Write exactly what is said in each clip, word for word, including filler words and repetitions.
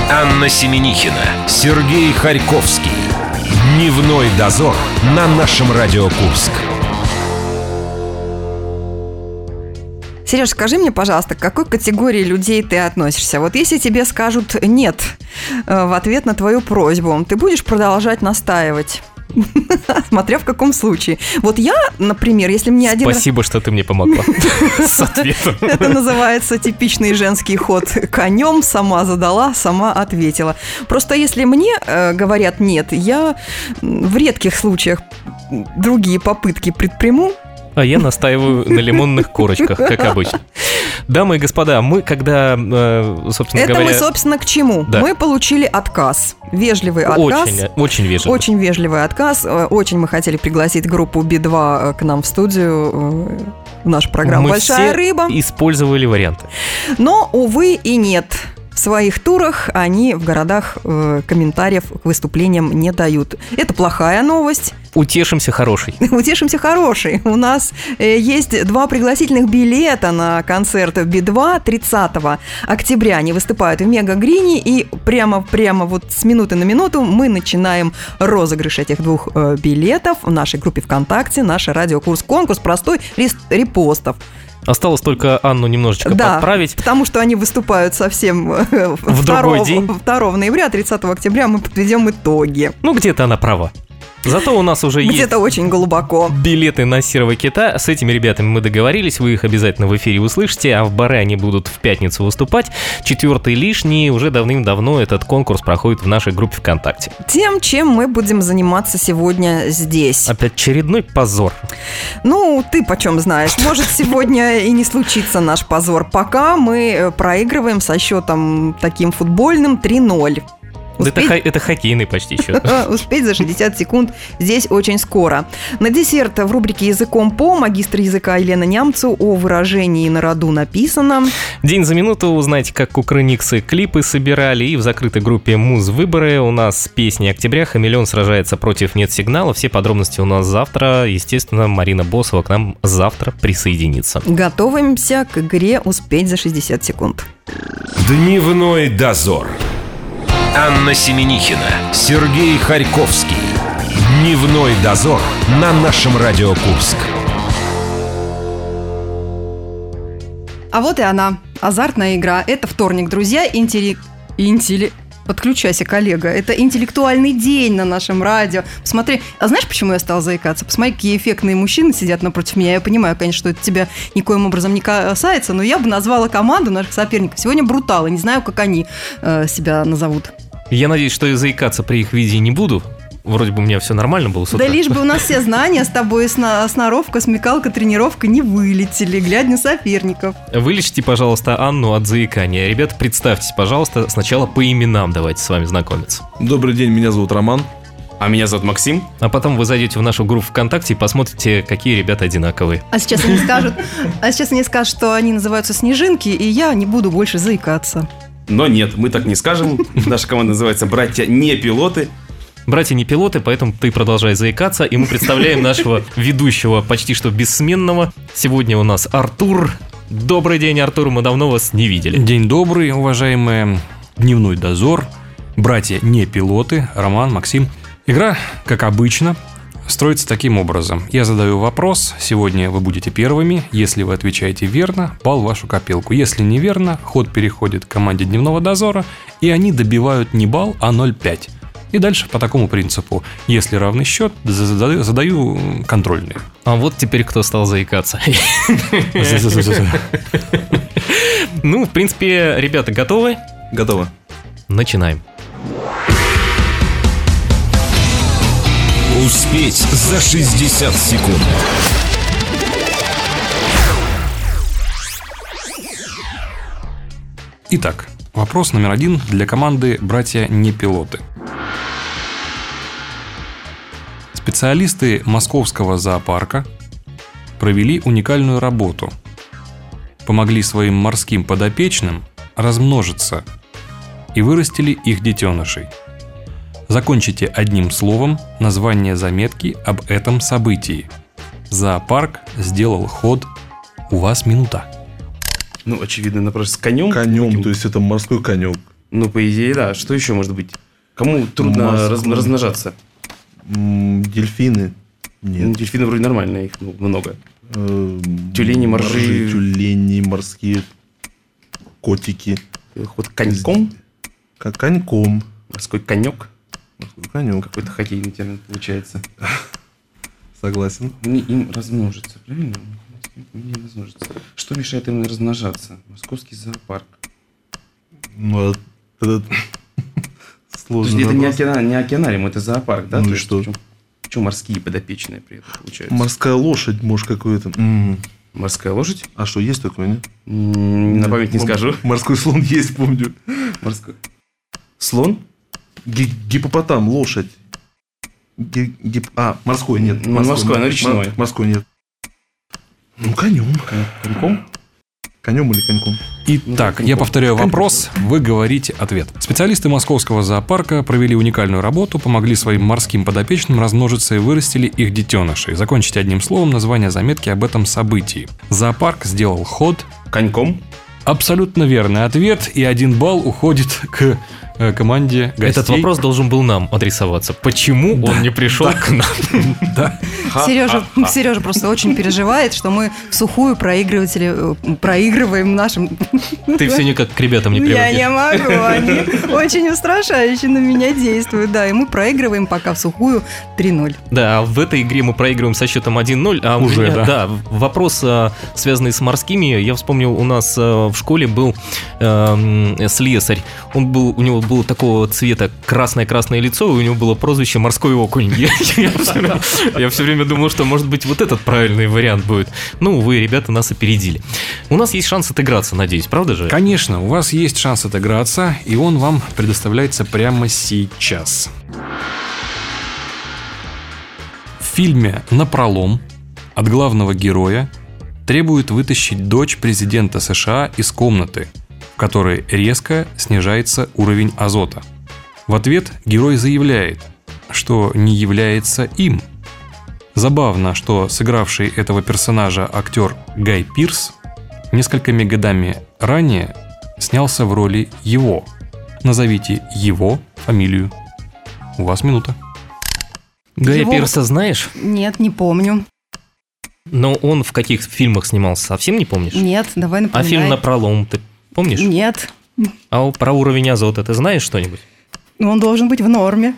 Анна Семенихина, Сергей Харьковский. Дневной дозор на нашем Радио Курск. Сереж, скажи мне, пожалуйста, к какой категории людей ты относишься? Вот если тебе скажут «нет» в ответ на твою просьбу, ты будешь продолжать настаивать? Смотря в каком случае. Вот я, например, если мне один... Спасибо, что ты мне помогла с ответом. Это называется типичный женский ход конем. Сама задала, сама ответила. Просто если мне э, говорят «нет», я в редких случаях другие попытки предприму. А я настаиваю на лимонных корочках, как обычно. Дамы и господа, мы когда, собственно Это говоря... мы, собственно, к чему? Да. Мы получили отказ. Вежливый отказ. Очень, очень вежливый. Очень вежливый отказ. Очень мы хотели пригласить группу би два к нам в студию, в нашу программу мы «Большая все рыба». Использовали варианты. Но, увы и нет. В своих турах они в городах э, комментариев к выступлениям не дают. Это плохая новость. Утешимся хорошей. Утешимся хорошей. У нас э, есть два пригласительных билета на концерт би два тридцатого октября. Они выступают в Мега-Грине, и прямо-прямо вот с минуты на минуту мы начинаем розыгрыш этих двух э, билетов в нашей группе ВКонтакте, наша Радио Курск. Конкурс простой, лист репостов. Осталось только Анну немножечко да, подправить. Потому что они выступают совсем в другой день. второго ноября, тридцатого октября мы подведем итоги. Ну, где-то она права. Зато у нас уже Где-то есть... Где-то очень глубоко. Билеты на серого кита. С этими ребятами мы договорились. Вы их обязательно в эфире услышите. А в баре они будут в пятницу выступать. Четвертый лишний. Уже давным-давно этот конкурс проходит в нашей группе ВКонтакте. Тем, чем мы будем заниматься сегодня здесь. Опять очередной позор. Ну, ты почем знаешь. Может, сегодня и не случится наш позор. Пока мы проигрываем со счетом таким футбольным три ноль. Успеть... Это, это хоккейный почти счет. Успеть за шестьдесят секунд здесь очень скоро. На десерт в рубрике «Языком по» магистр языка Елена Нямцу о выражении «на роду написано». День за минуту узнаете, как кукрыниксы клипы собирали. И в закрытой группе «Муз-выборы» у нас песни октября. «Хамелеон» сражается против «Нет сигнала». Все подробности у нас завтра. Естественно, Марина Босова к нам завтра присоединится. Готовимся к игре «Успеть за шестьдесят секунд». Дневной дозор. Анна Семенихина, Сергей Харьковский. Дневной дозор на нашем Радио Курск. А вот и она, азартная игра. Это вторник, друзья. Интелли... Интелли... Подключайся, коллега. Это интеллектуальный день на нашем радио. Посмотри. А знаешь, почему я стала заикаться? Посмотри, какие эффектные мужчины сидят напротив меня. Я понимаю, конечно, что это тебя никоим образом не касается, но я бы назвала команду наших соперников сегодня бруталы. Не знаю, как они э, себя назовут. Я надеюсь, что я заикаться при их виде не буду. Вроде бы у меня все нормально было с утра. Да лишь бы у нас все знания с тобой, сноровка, смекалка, тренировка не вылетели, глядя на соперников. Вылечите, пожалуйста, Анну от заикания. Ребята, представьтесь, пожалуйста, сначала по именам давайте с вами знакомиться. Добрый день, меня зовут Роман. А меня зовут Максим. А потом вы зайдете в нашу группу ВКонтакте и посмотрите, какие ребята одинаковые. А сейчас они скажут, а сейчас они скажут, что они называются снежинки, и я не буду больше заикаться. Но нет, мы так не скажем. Наша команда называется «Братья не пилоты». Братья не пилоты, поэтому ты продолжай заикаться. И мы представляем нашего ведущего, почти что бессменного. Сегодня у нас Артур. Добрый день, Артур, мы давно вас не видели. День добрый, уважаемые. Дневной дозор. Братья не пилоты. Роман, Максим. Игра, как обычно, строится таким образом. Я задаю вопрос, сегодня вы будете первыми. Если вы отвечаете верно, балл в вашу копилку. Если неверно, ход переходит к команде Дневного дозора, и они добивают не балл, а ноль целых пять. И дальше по такому принципу. Если равный счет, задаю, задаю контрольные. А вот теперь кто стал заикаться. Ну, в принципе, ребята, готовы? Готовы. Начинаем. Успеть за шестьдесят секунд. Итак, вопрос номер один для команды «Братья не пилоты». Специалисты Московского зоопарка провели уникальную работу. Помогли своим морским подопечным размножиться и вырастили их детенышей. Закончите одним словом название заметки об этом событии. Зоопарк сделал ход. У вас минута. Ну, очевидно, например, с конем. Конем, то есть это морской конек. Ну, по идее, да. Что еще может быть? Кому трудно Морской. раз- размножаться? М, Дельфины. Ну, Нет. дельфины вроде нормально, их ну, много. Эм, Тюлени, моржи. Тюлени, морские котики. Вот коньком, Как коньком. морской конек. Конек. Какой-то хоккейный термин получается. Согласен. Не им размножиться, правильно? Не размножиться. Что мешает им размножаться? Московский зоопарк. Ну, а это То есть сложно. это не, океана, не океанариум, это зоопарк, да? Ну То и есть что? Почему, почему морские подопечные при этом получаются? Морская лошадь, может, какой-то. М. Морская лошадь? А что, есть такое, нет? М, На память не М- скажу. Морской слон есть, помню. Морской. Слон? Ги- Гипопотам, лошадь. Ги- гип- А, морской нет. Ну, морской, оно Мор- речное. Морской нет. Ну, конем. Коньком? Конем или коньком? Итак, я повторяю вопрос, вы говорите ответ. Специалисты Московского зоопарка провели уникальную работу, помогли своим морским подопечным размножиться и вырастили их детенышей. Закончите одним словом название заметки об этом событии. Зоопарк сделал ход. Коньком? Абсолютно верный ответ, и один балл уходит к э, команде гостей. Этот вопрос должен был нам адресоваться. Почему он не пришел к нам? Да. Сережа, Сережа просто очень переживает, что мы в сухую проигрыватели э, проигрываем нашим. Ты все никак к ребятам не Я не привыкнешь. могу, они очень устрашающе на меня действуют, да, и мы проигрываем пока в сухую три ноль. Да, а в этой игре мы проигрываем со счетом один ноль. А у Уже, меня, да. да, вопрос, а, связанный с морскими. Я вспомнил, у нас а, в школе был а, слесарь. Он был, у него было такого цвета красное-красное лицо, и у него было прозвище «Морской окунь». Я, я все время, я все время думал, что, может быть, вот этот правильный вариант будет. Ну, увы, ребята нас опередили. У нас есть шанс отыграться, надеюсь, правда же? Конечно, у вас есть шанс отыграться, и он вам предоставляется прямо сейчас. В фильме «Напролом» от главного героя требует вытащить дочь президента США из комнаты, в которой резко снижается уровень азота. В ответ герой заявляет, что не является им. Забавно, что сыгравший этого персонажа актер Гай Пирс несколькими годами ранее снялся в роли его. Назовите его фамилию. У вас минута. Гая Его- Пирса знаешь? Нет, не помню. Но он в каких фильмах снимался, совсем не помнишь? Нет, давай А напоминай. фильм «Напролом» ты помнишь? Нет, А у- про уровень азота ты знаешь что-нибудь? он должен быть в норме.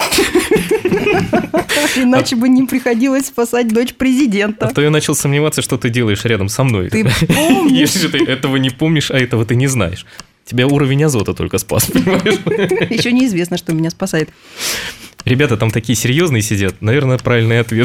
Иначе бы не приходилось спасать дочь А президента. то я начал сомневаться, что ты делаешь рядом со мной. Ты помнишь? Если ты этого не помнишь, а этого ты не знаешь. Тебя уровень азота только спас, понимаешь? Еще неизвестно, что меня спасает. Ребята там такие серьезные сидят. Наверное, правильный ответ.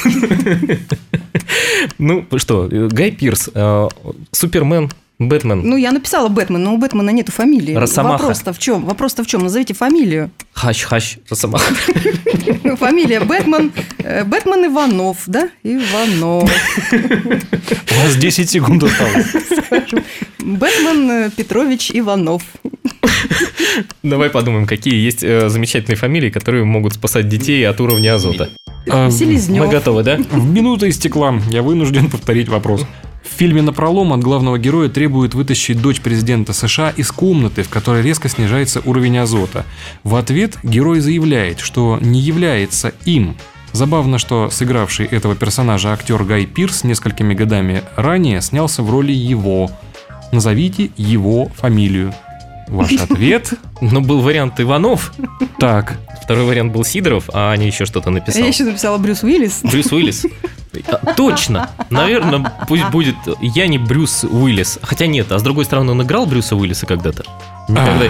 Ну что, Гай Пирс, э, Супермен, Бэтмен. Ну, я написала Бэтмен, но у Бэтмена нету фамилии. Росомаха. Вопрос-то в чем? Вопрос-то в чем? Назовите фамилию. Хащ-хащ, Росомаха. Фамилия Бэтмен. э, Бэтмен Иванов, да? Иванов. У вас десять секунд осталось. Бэтмен э, Петрович Иванов. Давай подумаем, какие есть э, замечательные фамилии, которые могут спасать детей от уровня азота. А, Селезнев. Мы готовы, да? В минута истекла. Я вынужден повторить вопрос. В фильме «Напролом» от главного героя требует вытащить дочь президента США из комнаты, в которой резко снижается уровень азота. В ответ герой заявляет, что не является им. Забавно, что сыгравший этого персонажа актер Гай Пирс несколькими годами ранее снялся в роли его. Назовите его фамилию. Ваш ответ? Ну, был вариант Иванов, Так. второй вариант был Сидоров, а Аня еще что-то написала. Я еще написала Брюс Уиллис. Брюс Уиллис. А, Точно. Наверное, пусть будет я не Брюс Уиллис. Хотя нет, а с другой стороны, он играл Брюса Уиллиса когда-то? Никогда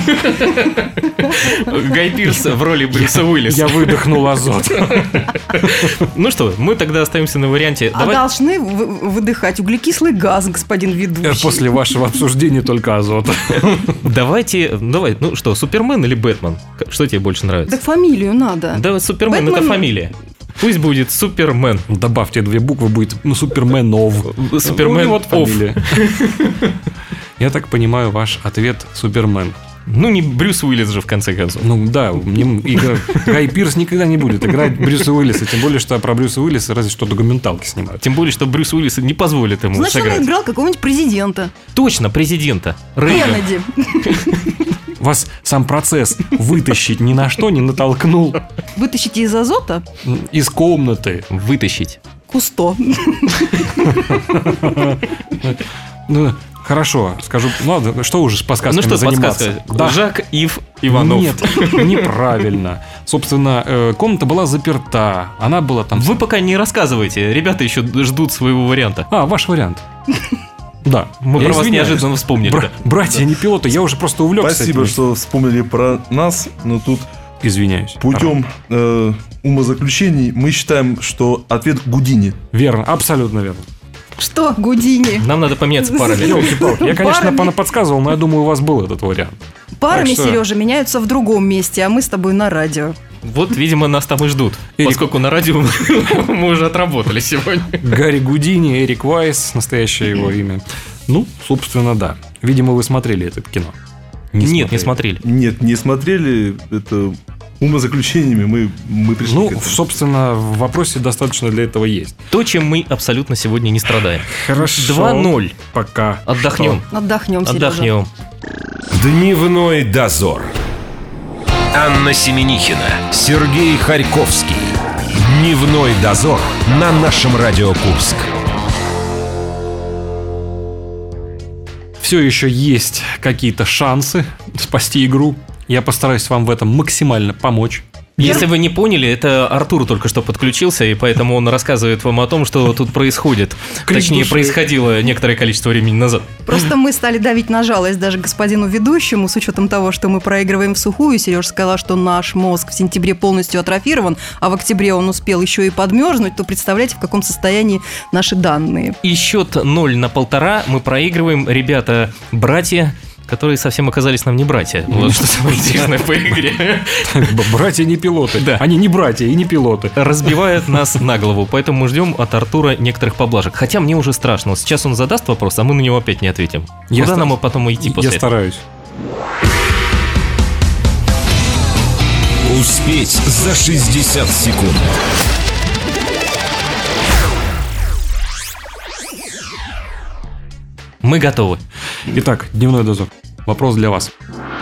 не. Гай Пирс в роли Брюса Уиллиса. Я выдохнул азот. Ну что, мы тогда остаемся на варианте. А Давай. должны вы- выдыхать углекислый газ, господин ведущий. После вашего обсуждения только азот. Давайте, давай, ну что, Супермен или Бэтмен? К- Что тебе больше нравится? Так фамилию надо. Да, Супермен это Бэтмен- фамилия. Пусть будет Супермен. Добавьте две буквы, будет ну, Суперменов. Супермен Ну, и вот оф. фамилия. Я так понимаю, ваш ответ Супермен. Ну, не Брюс Уиллис же, в конце концов. Ну да, не- игра- Гай Пирс никогда не будет играть Брюса Уиллиса, тем более, что про Брюса Уиллиса разве что документалки снимают. Тем более, что Брюс Уиллис не позволит ему Значит, сыграть. он играл какого-нибудь президента. Точно, президента. Рейгана. Кеннеди. Вас сам процесс вытащить ни на что не натолкнул Вытащите из азота из комнаты. Вытащить. Кусто. Ну, хорошо, скажу, ну ладно, что уже с подсказками Ну что, заниматься? подсказка. Да. Жак Ив Иванов. Нет, неправильно. Собственно, э, комната была заперта. Она была там... Вы пока не рассказывайте. Ребята еще ждут своего варианта. А, ваш вариант. Да. Мы Я про вас извиняюсь. неожиданно вспомнили. Бра- да. Братья, не пилоты, я уже просто увлекся. Спасибо, этим. что вспомнили про нас, но тут Извиняюсь. путем э, умозаключений мы считаем, что ответ Гудини. Верно, абсолютно верно. Что, Гудини? Нам надо поменяться парами. Ёлки-палки. Я, конечно, Парами. пона- подсказывал, но я думаю, у вас был этот вариант. Парами, Так что- Сережа, меняются в другом месте, а мы с тобой на радио. Вот, видимо, нас там и ждут. Эрик. Поскольку на радио мы уже отработали сегодня. Гарри Гудини, Эрик Вайс, настоящее его имя. Ну, собственно, да. Видимо, вы смотрели это кино. Нет, не смотрели. Нет, не смотрели, это умозаключениями мы, мы пришли к Ну, этому. собственно, в вопросе достаточно для этого есть. То, чем мы абсолютно сегодня не страдаем. Хорошо. два ноль. Пока. Отдохнем. Отдохнем, Сережа. Отдохнем. Дневной дозор. Анна Семенихина, Сергей Харьковский. Дневной дозор на нашем Радио Курск. Все еще есть какие-то шансы спасти игру. Я постараюсь вам в этом максимально помочь. Если вы не поняли, это Артур только что подключился, и поэтому он рассказывает вам о том, что тут происходит. Крик Точнее, души. происходило некоторое количество времени назад. Просто мы стали давить на жалость даже господину ведущему, с учетом того, что мы проигрываем в сухую. Сережа сказала, что наш мозг в сентябре полностью атрофирован, а в октябре он успел еще и подмерзнуть, то представляете, в каком состоянии наши данные. И счет ноль на полтора мы проигрываем. Ребята, братья, которые совсем оказались нам не братья. Вот что самое интересное по игре. Братья не пилоты. Да. Они не братья и не пилоты. Разбивают нас на голову, поэтому мы ждем от Артура некоторых поблажек. Хотя мне уже страшно. Сейчас он задаст вопрос, а мы на него опять не ответим. Я Куда ста- нам потом идти после Я этого? стараюсь. Успеть за шестьдесят секунд. Мы готовы. Итак, дневной дозор. Вопрос для вас.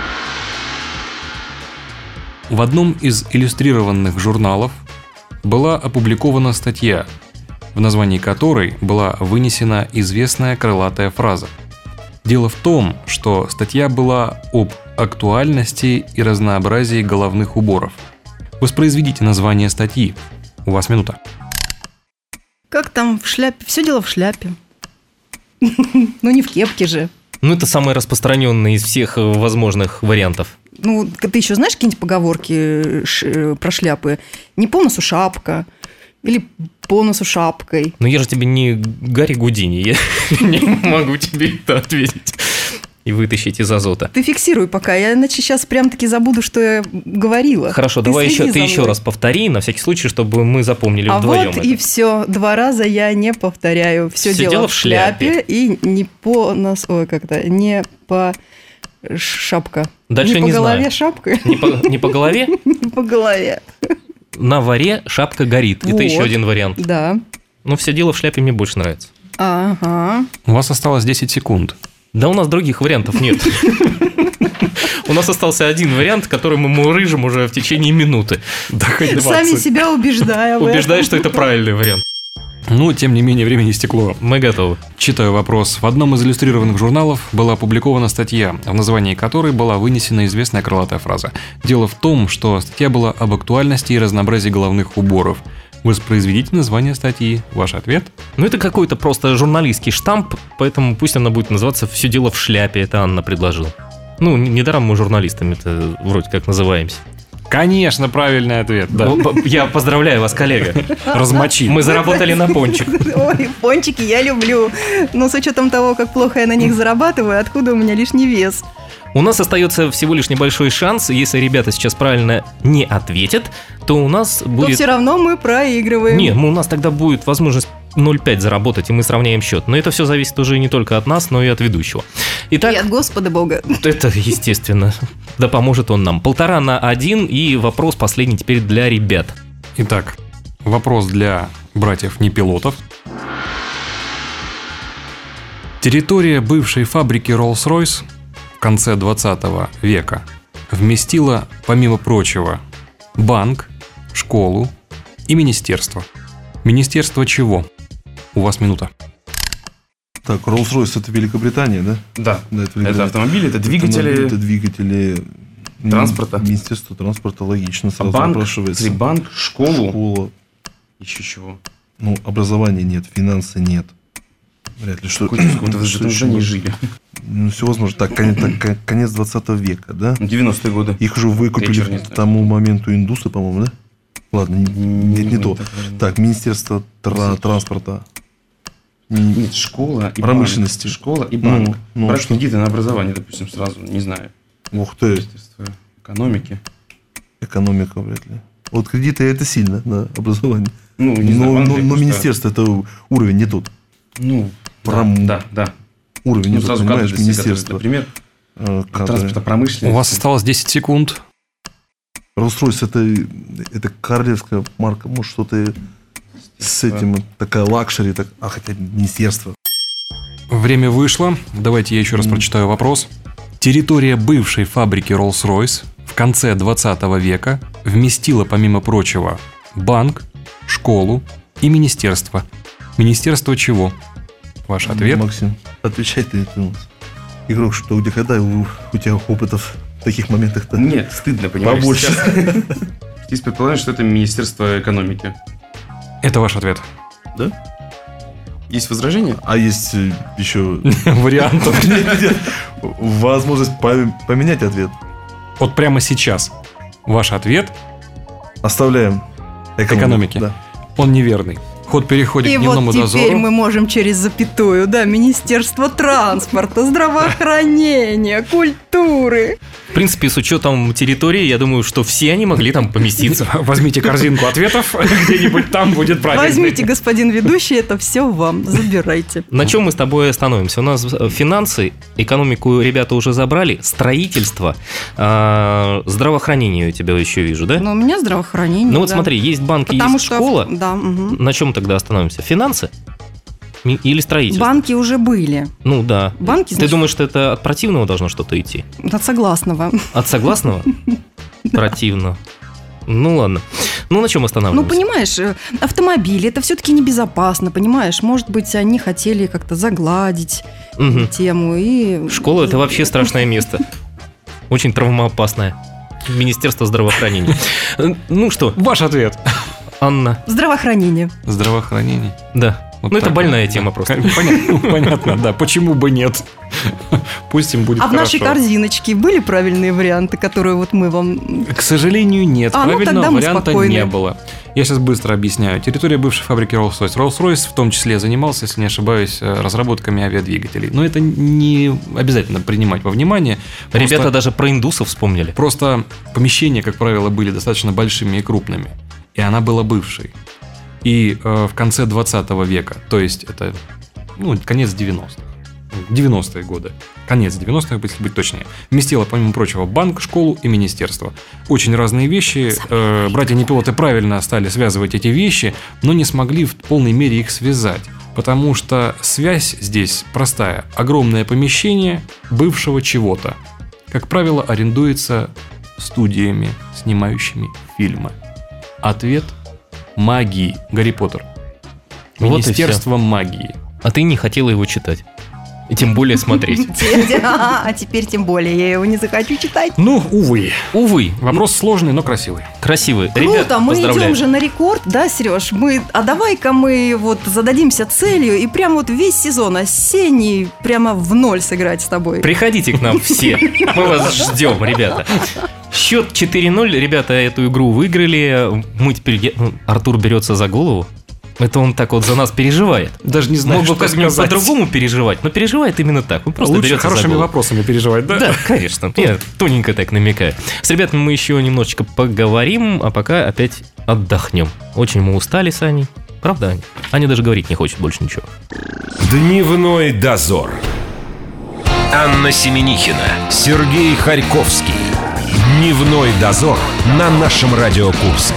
В одном из иллюстрированных журналов была опубликована статья, в названии которой была вынесена известная крылатая фраза. Дело в том, что статья была об актуальности и разнообразии головных уборов. Воспроизведите название статьи. У вас минута. Как там в шляпе? Все дело в шляпе. Ну, не в кепке же. Ну, это самый распространенный из всех э, возможных вариантов. Ну, ты еще знаешь какие-нибудь поговорки ш- про шляпы? Не по носу шапка. Или по носу шапкой. Но я же тебе не Гарри Гудини, я не могу тебе это ответить и вытащить из азота. Ты фиксируй пока, я иначе сейчас прям-таки забуду, что я говорила. Хорошо, Ты давай следи еще, ты за еще мной. раз повтори, на всей случай, чтобы мы запомнили А вдвоем вот это. и все. Два раза я не повторяю. Все, дело, в шляпе. И не по нос... Ой, как-то не по шапка. Дальше не по не голове знаю. шапка, Не по, не по голове? не по голове. На варе шапка горит. Это Вот. еще один вариант. Да. Но все дело в шляпе мне больше нравится. Ага. У вас осталось десять секунд. Да у нас других вариантов нет. У нас остался один вариант, который мы мурыжим уже в течение минуты. Да хоть Сами двадцать. себя убеждая в Убеждаю, этом. что это правильный вариант. Ну, тем не менее, времени стекло. Мы готовы. Читаю вопрос. В одном из иллюстрированных журналов была опубликована статья, в названии которой была вынесена известная крылатая фраза. Дело в том, что статья была об актуальности и разнообразии головных уборов. Воспроизведите название статьи. Ваш ответ? Ну, это какой-то просто журналистский штамп, поэтому пусть она будет называться «Все дело в шляпе», это Анна предложила. Ну, недаром мы журналистами-то вроде как называемся. Конечно, правильный ответ. Да. Ну, п- Я поздравляю вас, коллега. Размочи. Мы заработали на пончик. Ой, пончики я люблю. Но с учетом того, как плохо я на них зарабатываю, откуда у меня лишний вес? У нас остается всего лишь небольшой шанс. Если ребята сейчас правильно не ответят, то у нас То будет... все равно мы проигрываем. Нет, ну, у нас тогда будет возможность ноль целых пять заработать, и мы сравняем счет. Но это все зависит уже не только от нас, но и от ведущего. Итак, И от Господа Бога. это естественно. Да поможет он нам. Полтора на один, и вопрос последний теперь для ребят. Итак, вопрос для братьев-непилотов. Территория бывшей фабрики Rolls-Royce в конце двадцатого века вместила, помимо прочего, банк, школу и министерство. Министерство чего? У вас минута. Так, Rolls-Royce это Великобритания, да? Да. Да, Это Великобритания. автомобили, это двигатели. Автомобили, это двигатели Транспорта. Министерство транспорта, логично, А сразу банк, напрашивается. смотри, банк, школу. Школа. Еще чего? Ну, образования нет, финансы нет. Вряд ли. Что, Какой-то в этом что еще здании может- жили. Ну, все возможно. Так, конец, так, кон- конец двадцатого века, да? девяностые годы. Их уже выкупили Вечер не к знаю. тому моменту индусы, по-моему, да? Ладно, не, не- не то. Так, наверное. Так, Министерство тра- транспорта. Ми- Нет, школа и Промышленности. банк. Школа и Ну, банк. ну, Брать что? кредиты на образование, допустим, сразу, не знаю. Ух ты, Министерство экономики. экономика вряд ли. Вот кредиты это сильно, да, образование. Ну, не но, знаю, в но- Англии но просто- министерство это уровень не тот. Ну, Пром- да, да. Уровень Ну, не тот, сразу понимаешь, кадры все готовят. министерство. Например, э, кадры. транспорта, промышленности. У вас осталось десять секунд. Rolls-Royce это, это королевская марка, может что-то с этим, такая лакшери, так, а хотя министерство. Время вышло. Давайте я еще раз прочитаю вопрос. Территория бывшей фабрики Rolls-Royce в конце двадцатого века вместила, помимо прочего, банк, школу и министерство. Министерство чего? Ваш ответ? Максим, отвечай ты, ты у нас игрок, что у тебя когда у, у тебя опытов в таких моментах-то? Нет, стыдно, понимаешь. Побольше. сейчас. Здесь предполагаешь, что это Министерство экономики. Это ваш ответ. Да? Есть возражения? А есть э, еще Вариантов. возможность пом- поменять ответ. Вот прямо сейчас. Ваш ответ, Оставляем экономику. Экономики. Да. он неверный. Ход переходит И к дневному вот теперь дозору. мы можем через запятую, да, Министерство транспорта, здравоохранения, культуры. В принципе, с учетом территории, я думаю, что все они могли там поместиться. Возьмите корзинку ответов, где-нибудь там будет правильно. Возьмите, господин ведущий, это все вам, забирайте. На чем мы с тобой остановимся? У нас финансы, экономику ребята уже забрали, строительство, а, здравоохранение у тебя еще вижу, да? Но у меня здравоохранение. Ну вот да. смотри, есть банки, Потому есть что, школа. да, мгм. На чем тогда остановимся? Финансы? Ми- Или строительство? Банки уже были. Ну да. Банки, Ты значит, думаешь, что это от противного должно что-то идти? от согласного. От согласного? Противно. Ну ладно. Ну на чем Ну, останавливаемся? понимаешь, э, автомобили, это все-таки небезопасно, понимаешь? Может быть, они хотели как-то загладить Мгм. тему и... Школа – это вообще страшное место. Очень травмоопасное. Министерство здравоохранения. Э, Ну что, Ваш ответ. Анна? Здравоохранение. Здравоохранение. Да. Вот Ну это так больная вот. тема просто. Понятно, понятно, да. Почему бы нет? Пусть им будет А в нашей хорошо. корзиночке были правильные варианты, которые вот мы вам... К сожалению, нет. А, ну Правильного тогда мы варианта спокойны. не было. Я сейчас быстро объясняю. Территория бывшей фабрики Rolls-Royce. Rolls-Royce в том числе занимался, если не ошибаюсь, э, разработками авиадвигателей. Но это не обязательно принимать во внимание. Просто- Ребята даже про индусов вспомнили. Просто помещения, как правило, были достаточно большими и крупными. И она была бывшей. И э, в конце двадцатого века, то есть это ну, конец девяностых, девяностые годы, конец девяностых, если быть точнее, вместила, помимо прочего, банк, школу и министерство. Очень разные вещи. Э, братья-непилоты правильно стали связывать эти вещи, но не смогли в полной мере их связать. Потому что связь здесь простая. Огромное помещение бывшего чего-то. Как правило, арендуется студиями, снимающими фильмы. Ответ – магии. Гарри Поттер. Вот и Министерство магии. А ты не хотела его читать. И тем более смотреть. А теперь тем более я его не захочу читать. Ну, увы. Увы, Вопрос сложный, но красивый. красивый. Ребят, Круто, мы поздравляю. идем же на рекорд, да, Сереж? Мы, а давай-ка мы вот зададимся целью и прям вот весь сезон осенний прямо в ноль сыграть с тобой. Приходите к нам все. Мы вас ждем, ребята. Счет четыре ноль. Ребята эту игру выиграли. Мы теперь... ну, Артур берется за голову. Это он так вот за нас переживает. Даже не знаю, Мог бы что как-нибудь сказать. по-другому переживать, но переживает именно так. Он просто Лучше берется за хорошими голову. вопросами переживать, да? Да, конечно. Я тоненько так намекаю. С ребятами мы еще немножечко поговорим, а пока опять отдохнем. Очень мы устали с Аней. Правда, Аня? Аня даже говорить не хочет больше ничего. Дневной дозор. Анна Семенихина, Сергей Харьковский. Дневной дозор на нашем Радио Курск.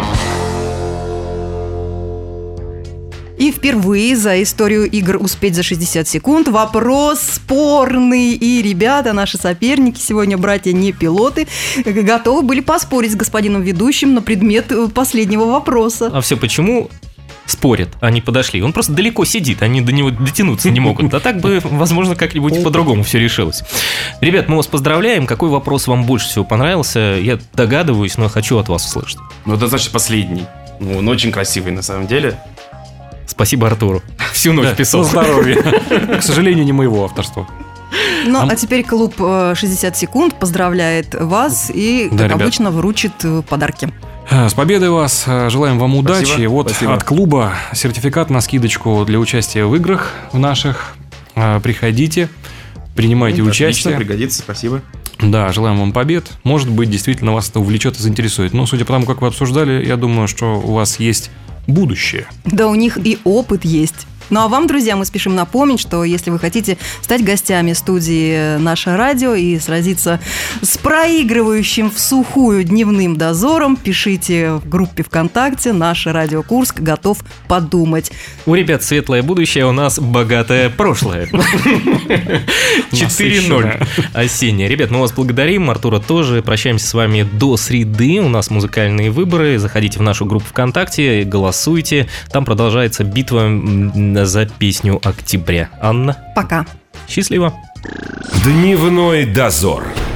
И впервые за историю игр «Успеть за шестьдесят секунд» вопрос спорный. И ребята, наши соперники, сегодня братья не пилоты, готовы были поспорить с господином ведущим на предмет последнего вопроса. А все почему? Спорят, они подошли. Он просто далеко сидит, они до него дотянуться не могут. А так бы, возможно, как-нибудь по-другому все решилось. Ребят, мы вас поздравляем. Какой вопрос вам больше всего понравился? Я догадываюсь, но хочу от вас услышать. Ну, это значит последний. Ну, он очень красивый на самом деле. Спасибо Артуру. Всю ночь Да, писал. на здоровье. К сожалению, не моего авторства. Ну, а теперь клуб шестьдесят секунд поздравляет вас и, Да, как ребят. обычно, вручит подарки. С победой вас. Желаем вам удачи. Спасибо, Вот спасибо. от клуба сертификат на скидочку для участия в играх в наших. Приходите, принимайте Отлично, участие. пригодится, спасибо. Да, желаем вам побед. Может быть, действительно вас это увлечет и заинтересует. Но, судя по тому, как вы обсуждали, я думаю, что у вас есть будущее. Да, у них и опыт есть. Ну а вам, друзья, мы спешим напомнить, что если вы хотите стать гостями студии «Наше радио» и сразиться с проигрывающим в сухую дневным дозором, пишите в группе ВКонтакте «Наше радио Курск. Готов подумать». У ребят светлое будущее, у нас богатое прошлое. четыре ноль осеннее. Ребят, мы вас благодарим, Артура тоже. Прощаемся с вами до среды. У нас музыкальные выборы. Заходите в нашу группу ВКонтакте, голосуйте. Там продолжается битва м, за песню «Октября». Анна, Пока. счастливо. Дневной дозор.